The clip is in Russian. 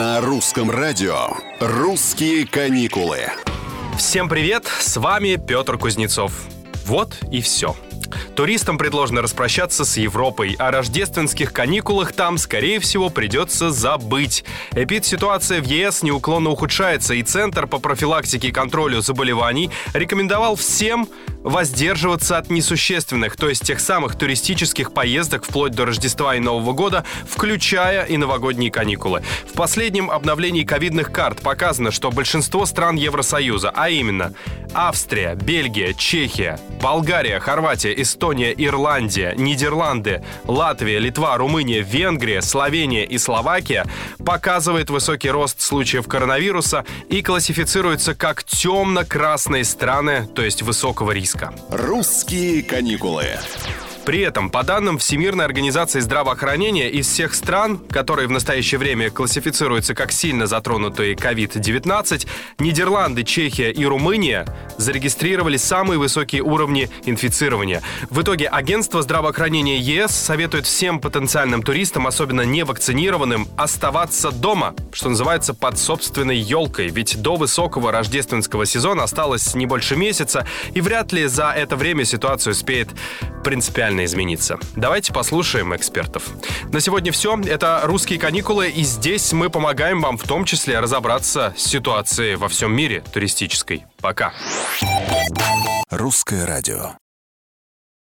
На русском радио «Русские каникулы». Всем привет, с вами Петр Кузнецов. Вот и все. Туристам предложено распрощаться с Европой. О рождественских каникулах там, скорее всего, придется забыть. Эпидситуация в ЕС неуклонно ухудшается, и Центр по профилактике и контролю заболеваний рекомендовал всем воздерживаться от несущественных, то есть тех самых туристических поездок вплоть до Рождества и Нового года, включая и новогодние каникулы. В последнем обновлении ковидных карт показано, что большинство стран Евросоюза, а именно Австрия, Бельгия, Чехия, Болгария, Хорватия, Эстония, Ирландия, Нидерланды, Латвия, Литва, Румыния, Венгрия, Словения и Словакия, показывает высокий рост случаев коронавируса и классифицируются как темно-красные страны, то есть высокого риска. «Русские каникулы». При этом, по данным Всемирной организации здравоохранения, из всех стран, которые в настоящее время классифицируются как сильно затронутые COVID-19, Нидерланды, Чехия и Румыния зарегистрировали самые высокие уровни инфицирования. В итоге агентство здравоохранения ЕС советует всем потенциальным туристам, особенно невакцинированным, оставаться дома, что называется, под собственной елкой. Ведь до высокого рождественского сезона осталось не больше месяца, и вряд ли за это время ситуация успеет принципиально измениться. Давайте послушаем экспертов. На сегодня все. Это «Русские каникулы», и здесь мы помогаем вам в том числе разобраться с ситуацией во всем мире туристической. Пока. Русское радио.